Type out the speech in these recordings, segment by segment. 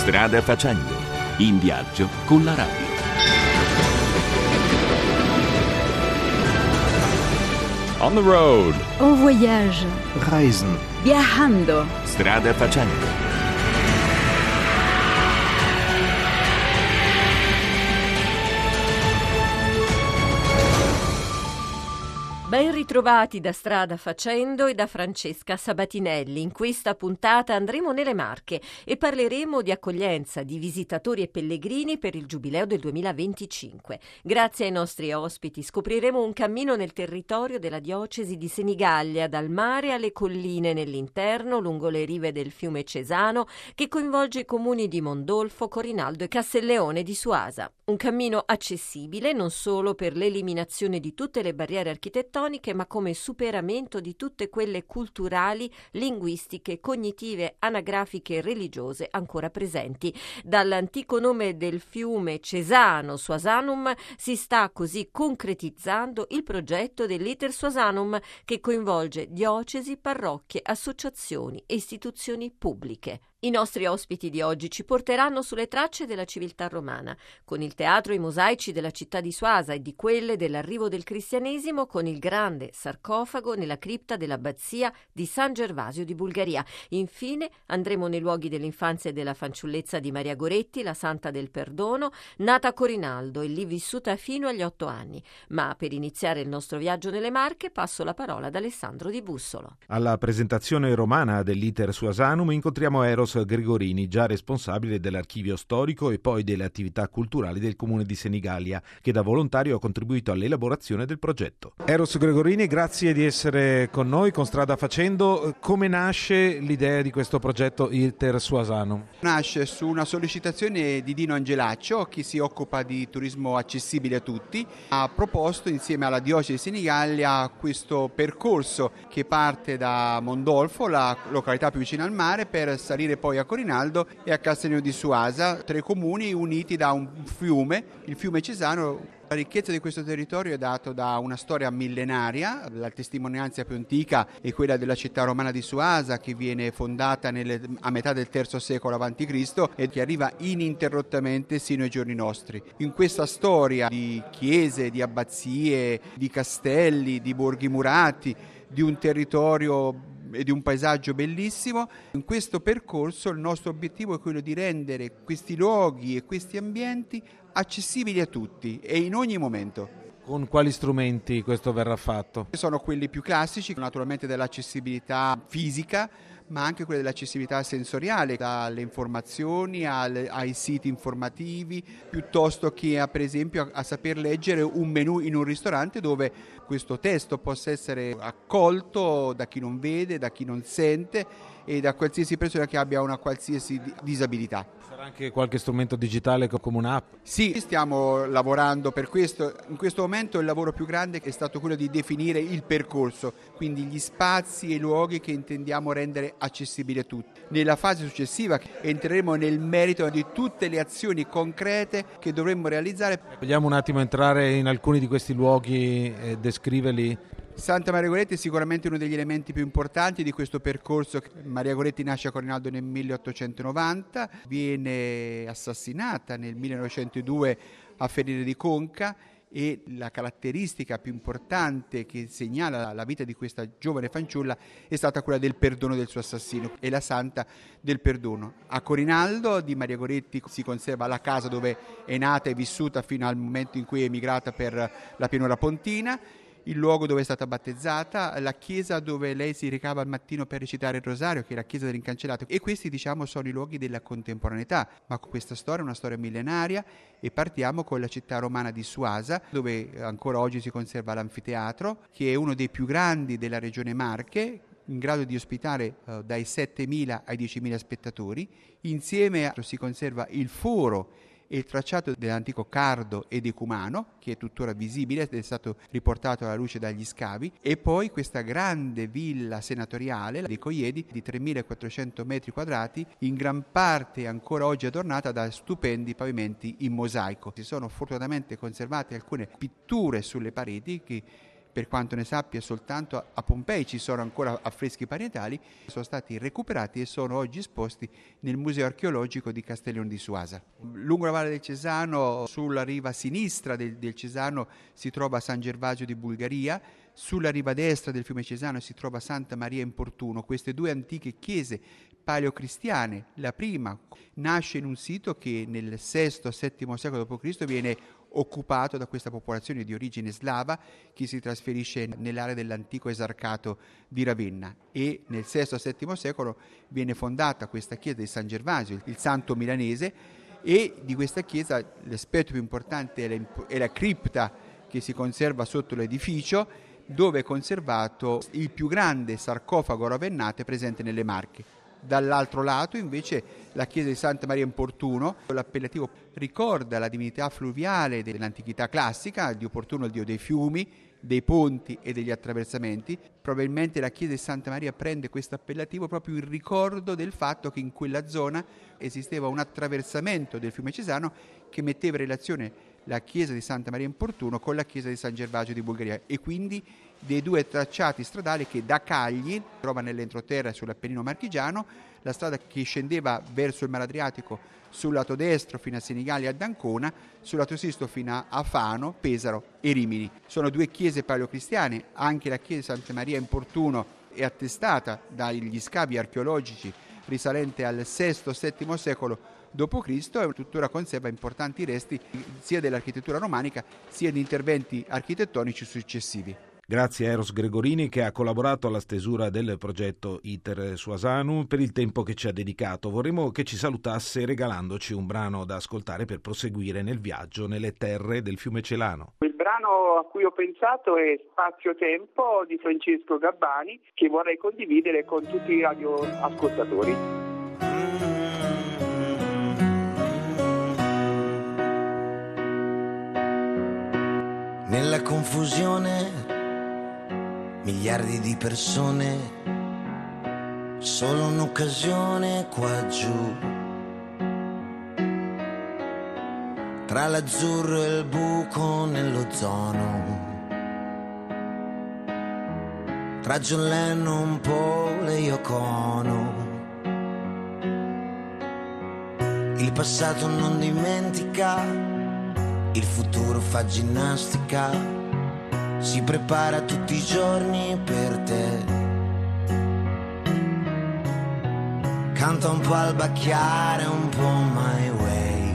Strada facendo, in viaggio con la radio. On the road. En voyage. Reisen. Viajando. Strada facendo. Ben ritrovati da Strada Facendo e da Francesca Sabatinelli. In questa puntata andremo nelle Marche e parleremo di accoglienza di visitatori e pellegrini per il Giubileo del 2025. Grazie ai nostri ospiti scopriremo un cammino nel territorio della diocesi di Senigallia, dal mare alle colline nell'interno, lungo le rive del fiume Cesano, che coinvolge i comuni di Mondolfo, Corinaldo e Castelleone di Suasa. Un cammino accessibile non solo per l'eliminazione di tutte le barriere architettoniche, ma come superamento di tutte quelle culturali, linguistiche, cognitive, anagrafiche e religiose ancora presenti. Dall'antico nome del fiume Cesano, Suasanum, si sta così concretizzando il progetto dell'Iter Suasanum, che coinvolge diocesi, parrocchie, associazioni e istituzioni pubbliche. I nostri ospiti di oggi ci porteranno sulle tracce della civiltà romana, con il teatro e i mosaici della città di Suasa e di quelle dell'arrivo del cristianesimo, con il grande sarcofago nella cripta dell'abbazia di San Gervasio di Bulgaria. Infine andremo nei luoghi dell'infanzia e della fanciullezza di Maria Goretti, la santa del perdono, nata a Corinaldo e lì vissuta fino agli 8 anni. Ma per iniziare il nostro viaggio nelle Marche passo la parola ad Alessandro Di Bussolo. Alla presentazione romana dell'Iter Suasanum incontriamo Eros Gregorini, già responsabile dell'archivio storico e poi delle attività culturali del comune di Senigallia, che da volontario ha contribuito all'elaborazione del progetto. Eros Gregorini, grazie di essere con noi con Strada Facendo. Come nasce l'idea di questo progetto Iter Suasanum? Nasce su una sollecitazione di Dino Angelaccio, che si occupa di turismo accessibile a tutti. Ha proposto insieme alla diocesi di Senigallia questo percorso che parte da Mondolfo, la località più vicina al mare, per salire poi a Corinaldo e a Castelleone di Suasa, 3 comuni uniti da un fiume, il fiume Cesano. La ricchezza di questo territorio è data da una storia millenaria. La testimonianza più antica è quella della città romana di Suasa, che viene fondata a metà del III secolo a.C. e che arriva ininterrottamente sino ai giorni nostri. In questa storia di chiese, di abbazie, di castelli, di borghi murati, di un territorio e di un paesaggio bellissimo, in questo percorso il nostro obiettivo è quello di rendere questi luoghi e questi ambienti accessibili a tutti e in ogni momento. Con quali strumenti questo verrà fatto? Sono quelli più classici, naturalmente dell'accessibilità fisica, ma anche quella dell'accessibilità sensoriale, dalle informazioni ai siti informativi, piuttosto che per esempio a saper leggere un menù in un ristorante dove questo testo possa essere accolto da chi non vede, da chi non sente e da qualsiasi persona che abbia una qualsiasi disabilità. Sarà anche qualche strumento digitale come un'app? Sì, stiamo lavorando per questo. In questo momento il lavoro più grande è stato quello di definire il percorso, quindi gli spazi e i luoghi che intendiamo rendere accessibili a tutti. Nella fase successiva entreremo nel merito di tutte le azioni concrete che dovremmo realizzare. Vogliamo un attimo entrare in alcuni di questi luoghi e descriverli? Santa Maria Goretti è sicuramente uno degli elementi più importanti di questo percorso. Maria Goretti nasce a Corinaldo nel 1890, viene assassinata nel 1902 a Ferire di Conca e la caratteristica più importante che segnala la vita di questa giovane fanciulla è stata quella del perdono del suo assassino. È la santa del perdono. A Corinaldo di Maria Goretti si conserva la casa dove è nata e vissuta fino al momento in cui è emigrata per la pianura pontina, il luogo dove è stata battezzata, la chiesa dove lei si recava al mattino per recitare il rosario, che è la chiesa dell'Incancellato, e questi sono i luoghi della contemporaneità, ma questa storia è una storia millenaria e partiamo con la città romana di Suasa, dove ancora oggi si conserva l'anfiteatro, che è uno dei più grandi della regione Marche, in grado di ospitare dai 7.000 ai 10.000 spettatori. Insieme si conserva il foro e il tracciato dell'antico cardo ed ecumano, che è tuttora visibile ed è stato riportato alla luce dagli scavi, e poi questa grande villa senatoriale dei Coiedi di 3.400 metri quadrati, in gran parte ancora oggi adornata da stupendi pavimenti in mosaico. Si sono fortunatamente conservate alcune pitture sulle pareti che per quanto ne sappia soltanto a Pompei ci sono ancora affreschi parietali, sono stati recuperati e sono oggi esposti nel Museo archeologico di Castiglione di Suasa. Lungo la Valle del Cesano, sulla riva sinistra del Cesano, si trova San Gervasio di Bulgaria, sulla riva destra del fiume Cesano si trova Santa Maria in Portuno. Queste due antiche chiese paleocristiane, la prima nasce in un sito che nel VI-VII secolo d.C. viene occupato da questa popolazione di origine slava che si trasferisce nell'area dell'antico esarcato di Ravenna, e nel VI-VII secolo viene fondata questa chiesa di San Gervasio, il santo milanese, e di questa chiesa l'aspetto più importante è la cripta che si conserva sotto l'edificio, dove è conservato il più grande sarcofago ravennate presente nelle Marche. Dall'altro lato invece la chiesa di Santa Maria in Portuno, l'appellativo ricorda la divinità fluviale dell'antichità classica, il dio Portuno, il dio dei fiumi, dei ponti e degli attraversamenti. Probabilmente la chiesa di Santa Maria prende questo appellativo proprio in ricordo del fatto che in quella zona esisteva un attraversamento del fiume Cesano che metteva in relazione la chiesa di Santa Maria in Portuno con la chiesa di San Gervasio di Bulgaria, e quindi dei due tracciati stradali che da Cagli, trova nell'entroterra sull'Appennino marchigiano, la strada che scendeva verso il Mar Adriatico sul lato destro fino a Senigallia e ad Ancona, sul lato sinistro fino a Fano, Pesaro e Rimini. Sono due chiese paleocristiane, anche la chiesa di Santa Maria in Portuno è attestata dagli scavi archeologici risalente al VI-VII secolo d.C. e tuttora conserva importanti resti sia dell'architettura romanica sia di interventi architettonici successivi. Grazie a Eros Gregorini, che ha collaborato alla stesura del progetto Iter Suasanum, per il tempo che ci ha dedicato. Vorremmo che ci salutasse regalandoci un brano da ascoltare per proseguire nel viaggio nelle terre del fiume Celano. Il brano a cui ho pensato è Spazio Tempo di Francesco Gabbani, che vorrei condividere con tutti i radioascoltatori. Nella confusione, miliardi di persone, solo un'occasione qua giù. Tra l'azzurro e il buco nell'ozono, tra John Lennon, Paul e Yoko Ono. Il passato non dimentica, il futuro fa ginnastica, si prepara tutti i giorni per te. Canta un po' al bacchiare, un po' My Way.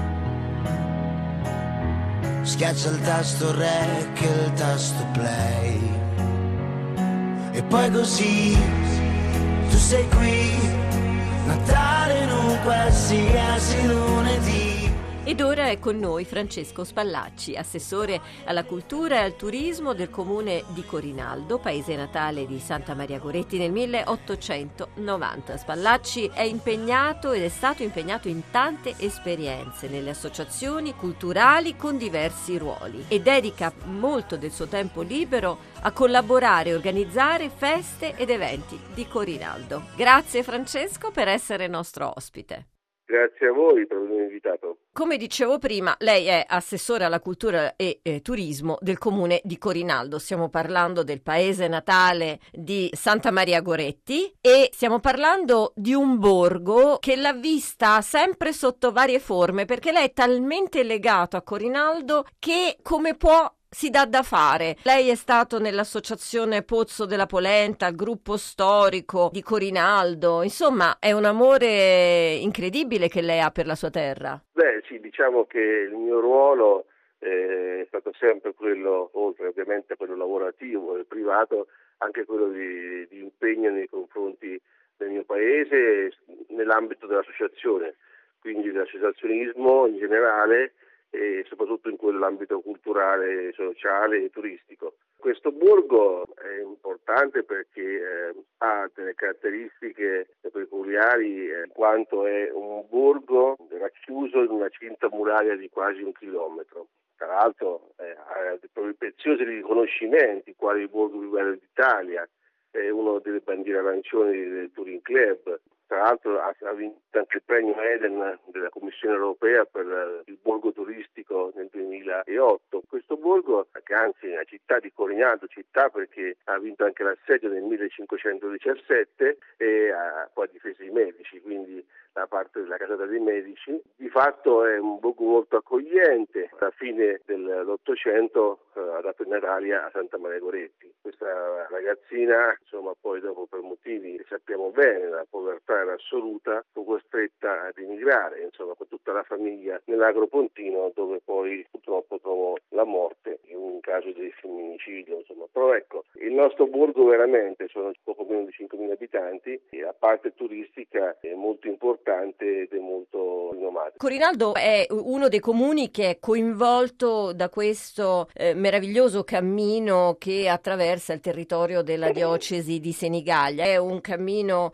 Schiaccia il tasto rec e il tasto play. E poi così tu sei qui, Natale in un qualsiasi lunedì. Ed ora è con noi Francesco Spallacci, assessore alla cultura e al turismo del comune di Corinaldo, paese natale di Santa Maria Goretti nel 1890. Spallacci è impegnato ed è stato impegnato in tante esperienze nelle associazioni culturali con diversi ruoli e dedica molto del suo tempo libero a collaborare e organizzare feste ed eventi di Corinaldo. Grazie Francesco per essere nostro ospite. Grazie a voi per avermi invitato. Come dicevo prima, lei è assessore alla cultura e turismo del comune di Corinaldo. Stiamo parlando del paese natale di Santa Maria Goretti e stiamo parlando di un borgo che l'ha vista sempre sotto varie forme, perché lei è talmente legato a Corinaldo che come può si dà da fare. Lei è stato nell'associazione Pozzo della Polenta, il gruppo storico di Corinaldo, insomma è un amore incredibile che lei ha per la sua terra. Beh sì, diciamo che il mio ruolo è stato sempre quello, oltre ovviamente a quello lavorativo e privato, anche quello di impegno nei confronti del mio paese nell'ambito dell'associazione, quindi dell'associazionismo in generale, e soprattutto in quell'ambito culturale, sociale e turistico. Questo borgo è importante perché ha delle caratteristiche peculiari, in quanto è un borgo racchiuso in una cinta muraria di quasi 1 chilometro. Tra l'altro ha dei preziosi riconoscimenti, quali il borgo più bello d'Italia, è uno delle bandiere arancioni del Touring Club, tra l'altro ha vinto anche il premio Eden della Commissione Europea per il borgo turistico nel 2008. Questo borgo, che anzi è una città di Corignano, città perché ha vinto anche l'assedio nel 1517 e ha poi difeso i Medici, quindi la parte della casata dei Medici. Di fatto è un borgo molto accogliente. Alla fine dell'Ottocento ha dato in Italia a Santa Maria Goretti. Questa ragazzina, insomma, poi dopo per motivi che sappiamo bene, la povertà era assoluta, fu costretta ad emigrare, insomma, con tutta la famiglia nell'Agropontino, dove poi purtroppo trovò la morte in un caso di femminicidio, insomma. Però ecco, il nostro borgo veramente sono poco meno di 5.000 abitanti e la parte turistica è molto importante ed è molto rinomato. Corinaldo è uno dei comuni che è coinvolto da questo meraviglioso cammino che attraversa il territorio della diocesi di Senigallia. È un cammino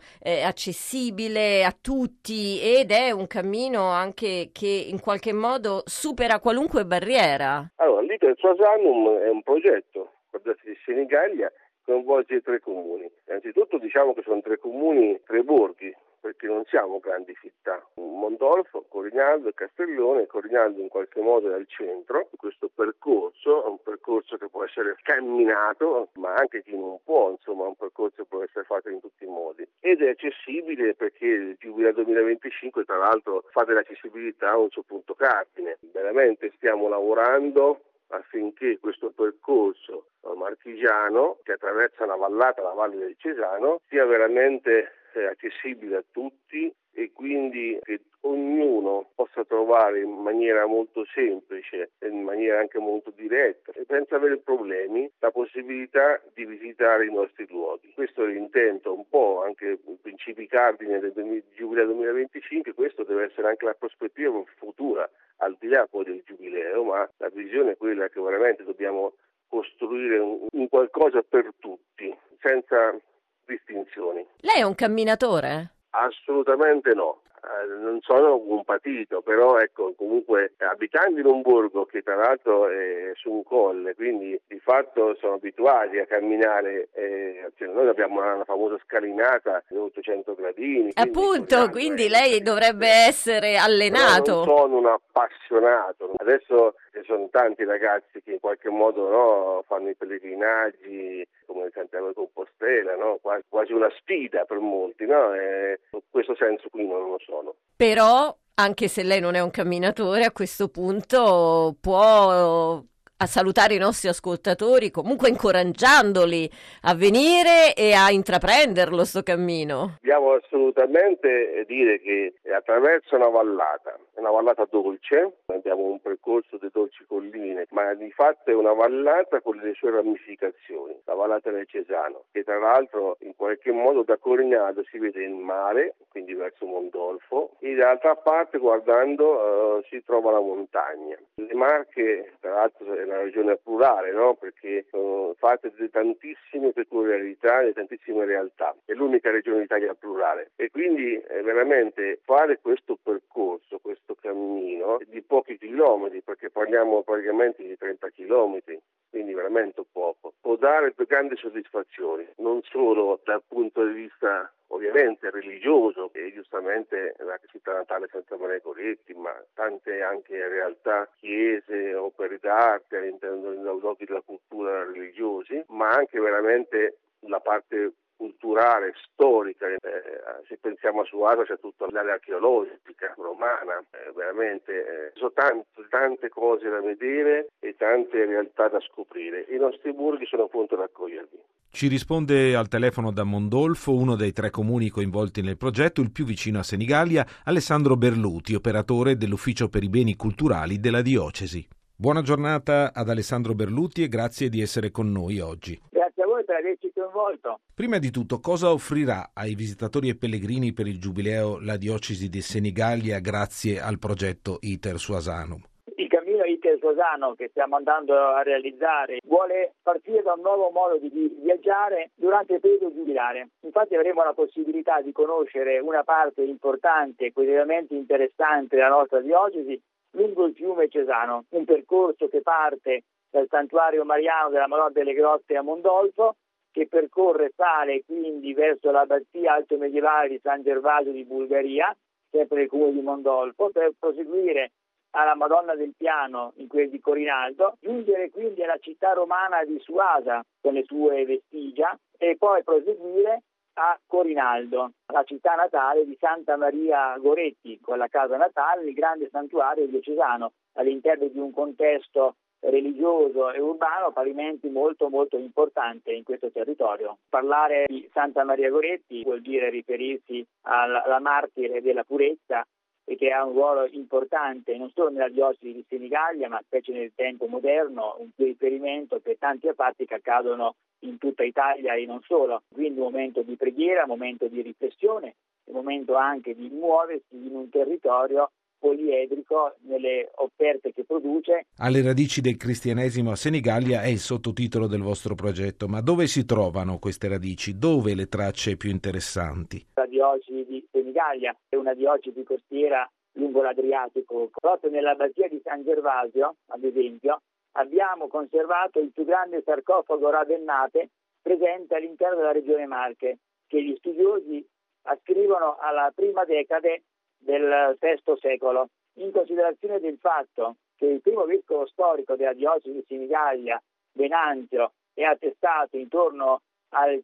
accessibile a tutti ed è un cammino anche che in qualche modo supera qualunque barriera. Allora, l'Iter Suasanum è un progetto per la diocesi di Senigallia che coinvolge 3 comuni. Innanzitutto diciamo che sono 3 comuni, 3 borghi, perché non siamo grandi città. Mondolfo, Corignano e Castellone. Corignano in qualche modo è al centro di questo percorso, è un percorso che può essere camminato, ma anche chi non può, insomma, un percorso che può essere fatto in tutti i modi. Ed è accessibile perché il Giubileo 2025, tra l'altro, fa dell'accessibilità un suo punto cardine. Veramente stiamo lavorando affinché questo percorso marchigiano, che attraversa una vallata, la Valle del Cesano, sia veramente accessibile a tutti e quindi che ognuno possa trovare in maniera molto semplice e in maniera anche molto diretta e senza avere problemi la possibilità di visitare i nostri luoghi. Questo è l'intento, un po' anche i principi cardine del Giubileo 2025. Questo deve essere anche la prospettiva futura, al di là poi del Giubileo, ma la visione è quella che veramente dobbiamo costruire un qualcosa per tutti, senza distinzioni. Lei è un camminatore? Assolutamente no. Non sono un patito, però ecco, comunque abitando in un borgo che tra l'altro è su un colle, quindi di fatto sono abituati a camminare, noi abbiamo una famosa scalinata di 800 gradini. Appunto, quindi lei dovrebbe essere allenato. Non sono un appassionato. Adesso ci sono tanti ragazzi che in qualche modo fanno i pellegrinaggi come il Santiago de Compostela, quasi una sfida per molti, in questo senso qui non lo sono. Però, anche se lei non è un camminatore, a questo punto può salutare i nostri ascoltatori, comunque incoraggiandoli a venire e a intraprenderlo sto cammino. Dobbiamo assolutamente dire che attraverso una vallata dolce, abbiamo un percorso di dolci colline, ma di fatto è una vallata con le sue ramificazioni, la vallata del Cesano, che tra l'altro in qualche modo da Corignano si vede il mare, quindi verso Mondolfo, e dall'altra parte guardando si trova la montagna. Le Marche, tra l'altro, è una regione plurale, perché sono fatte di tantissime peculiarità, di tantissime realtà. È l'unica regione d'Italia plurale e quindi veramente fare questo percorso, questo cammino di pochi chilometri, perché parliamo praticamente di 30 chilometri, quindi veramente poco, può dare grandi soddisfazioni, non solo dal punto di vista ovviamente religioso, e giustamente la città natale Santa Maria Goretti, ma tante anche realtà, chiese, opere d'arte all'interno dei luoghi della cultura religiosi, ma anche veramente la parte culturale, storica. Se pensiamo a Suasa c'è tutta l'area archeologica romana, veramente sono tante cose da vedere e tante realtà da scoprire. I nostri borghi sono pronti ad accogliervi. Ci risponde al telefono da Mondolfo, uno dei 3 comuni coinvolti nel progetto, il più vicino a Senigallia, Alessandro Berluti, operatore dell'Ufficio per i Beni Culturali della Diocesi. Buona giornata ad Alessandro Berluti e grazie di essere con noi oggi. Grazie a voi per averci coinvolto. Prima di tutto, cosa offrirà ai visitatori e pellegrini per il Giubileo la Diocesi di Senigallia grazie al progetto Iter Suasanum? Il cammino Iter Suasanum che stiamo andando a realizzare vuole partire da un nuovo modo di viaggiare durante il periodo giubilare. Infatti avremo la possibilità di conoscere una parte importante e quotidianamente interessante della nostra diocesi lungo il fiume Cesano, un percorso che parte dal santuario mariano della Madonna delle Grotte a Mondolfo che percorre, sale quindi verso l'abbazia alto medievale di San Gervasio di Bulgaria, sempre nel comune di Mondolfo, per proseguire alla Madonna del Piano in quel di Corinaldo, giungere quindi alla città romana di Suasa con le sue vestigia e poi proseguire a Corinaldo, la città natale di Santa Maria Goretti, con la casa natale, il grande santuario diocesano, all'interno di un contesto religioso e urbano parimenti molto molto importante in questo territorio. Parlare di Santa Maria Goretti vuol dire riferirsi alla martire della purezza e che ha un ruolo importante non solo nella diocesi di Senigallia, ma specie nel tempo moderno, un riferimento per tanti fatti che accadono in tutta Italia e non solo. Quindi un momento di preghiera, un momento di riflessione, un momento anche di muoversi in un territorio poliedrico nelle offerte che produce. Alle radici del cristianesimo a Senigallia è il sottotitolo del vostro progetto, ma dove si trovano queste radici? Dove le tracce più interessanti? La diocesi di Senigallia è una diocesi costiera lungo l'Adriatico. Proprio nell'abbazia di San Gervasio, ad esempio, abbiamo conservato il più grande sarcofago ravennate presente all'interno della regione Marche, che gli studiosi ascrivono alla prima decade del VI secolo, in considerazione del fatto che il primo vescovo storico della diocesi di Senigallia, Venanzio, è attestato intorno al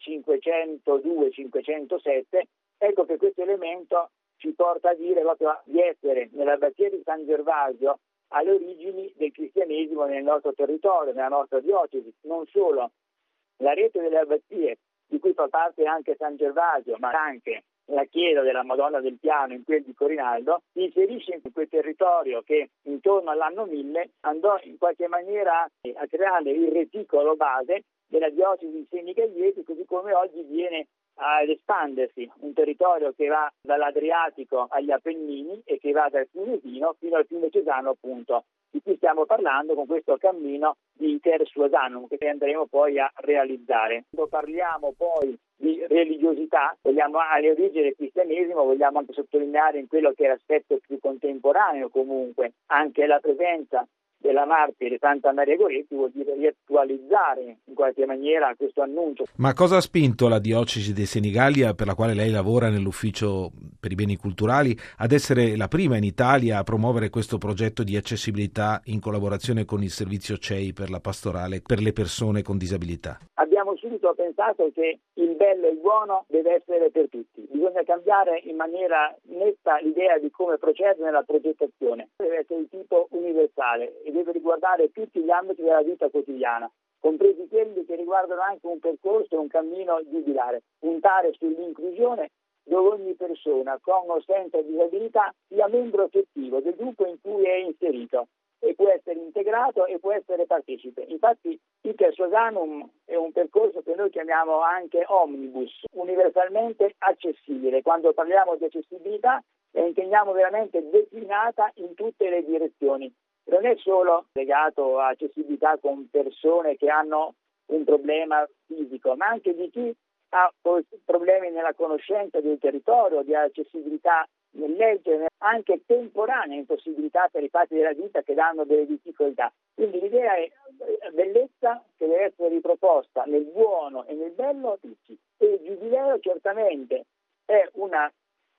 502-507, ecco che questo elemento ci porta a dire proprio di essere nell'abbazia di San Gervasio alle origini del cristianesimo nel nostro territorio, nella nostra diocesi. Non solo, la rete delle abbazie, di cui fa parte anche San Gervasio, ma anche la chiesa della Madonna del Piano in quel di Corinaldo, si inserisce in quel territorio che intorno all'anno 1000 andò in qualche maniera a creare il reticolo base della diocesi di Senigalliese, così come oggi viene ad espandersi, un territorio che va dall'Adriatico agli Appennini e che va dal Fiumicino fino al Fiume Cesano, appunto, di cui stiamo parlando con questo cammino di Iter Suasanum che andremo poi a realizzare. Quando parliamo poi di religiosità, vogliamo alle origini del cristianesimo, vogliamo anche sottolineare in quello che è l'aspetto più contemporaneo comunque, anche la presenza della martire Santa Maria Goretti vuol dire riattualizzare in qualche maniera questo annuncio. Ma cosa ha spinto la diocesi di Senigallia, per la quale lei lavora nell'ufficio per i beni culturali, ad essere la prima in Italia a promuovere questo progetto di accessibilità in collaborazione con il servizio CEI per la pastorale per le persone con disabilità? Abbiamo subito pensato che il bello e il buono deve essere per tutti. Bisogna cambiare in maniera netta l'idea di come procedere nella progettazione. Deve essere di tipo universale e deve riguardare tutti gli ambiti della vita quotidiana, compresi quelli che riguardano anche un percorso e un cammino giubilare. Puntare sull'inclusione dove ogni persona con o senza disabilità sia membro effettivo del gruppo in cui è inserito e può essere integrato e può essere partecipe. Infatti Iter Suasanum è un percorso che noi chiamiamo anche omnibus, universalmente accessibile. Quando parliamo di accessibilità la intendiamo veramente declinata in tutte le direzioni. Non è solo legato a accessibilità con persone che hanno un problema fisico, ma anche di chi ha problemi nella conoscenza del territorio, di accessibilità nel leggere, anche temporanea impossibilità per i fatti della vita che danno delle difficoltà. Quindi l'idea è bellezza che deve essere riproposta nel buono e nel bello a tutti. E il giubileo certamente è una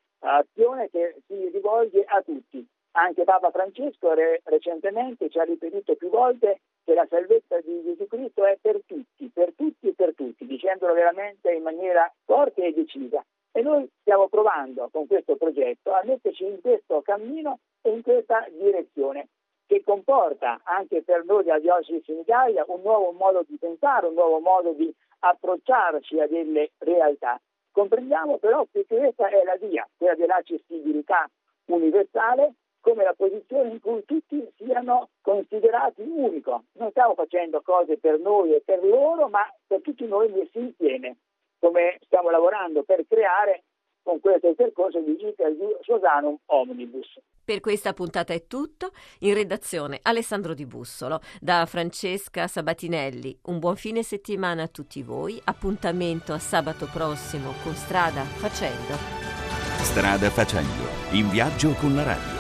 azione che si rivolge a tutti. Anche Papa Francesco recentemente ci ha ripetuto più volte che la salvezza di Gesù Cristo è per tutti e per tutti, dicendolo veramente in maniera forte e decisa. E noi stiamo provando con questo progetto a metterci in questo cammino e in questa direzione, che comporta anche per noi della diocesi di Senigallia un nuovo modo di pensare, un nuovo modo di approcciarci a delle realtà. Comprendiamo però che questa è la via, quella dell'accessibilità universale, come la posizione in cui tutti siano considerati unico. Non stiamo facendo cose per noi e per loro, ma per tutti noi messi insieme, come stiamo lavorando per creare con questo percorso di Iter Suasanum Omnibus. Per questa puntata è tutto. In redazione Alessandro Di Bussolo, da Francesca Sabatinelli. Un buon fine settimana a tutti voi. Appuntamento a sabato prossimo con Strada Facendo. Strada Facendo, in viaggio con la radio.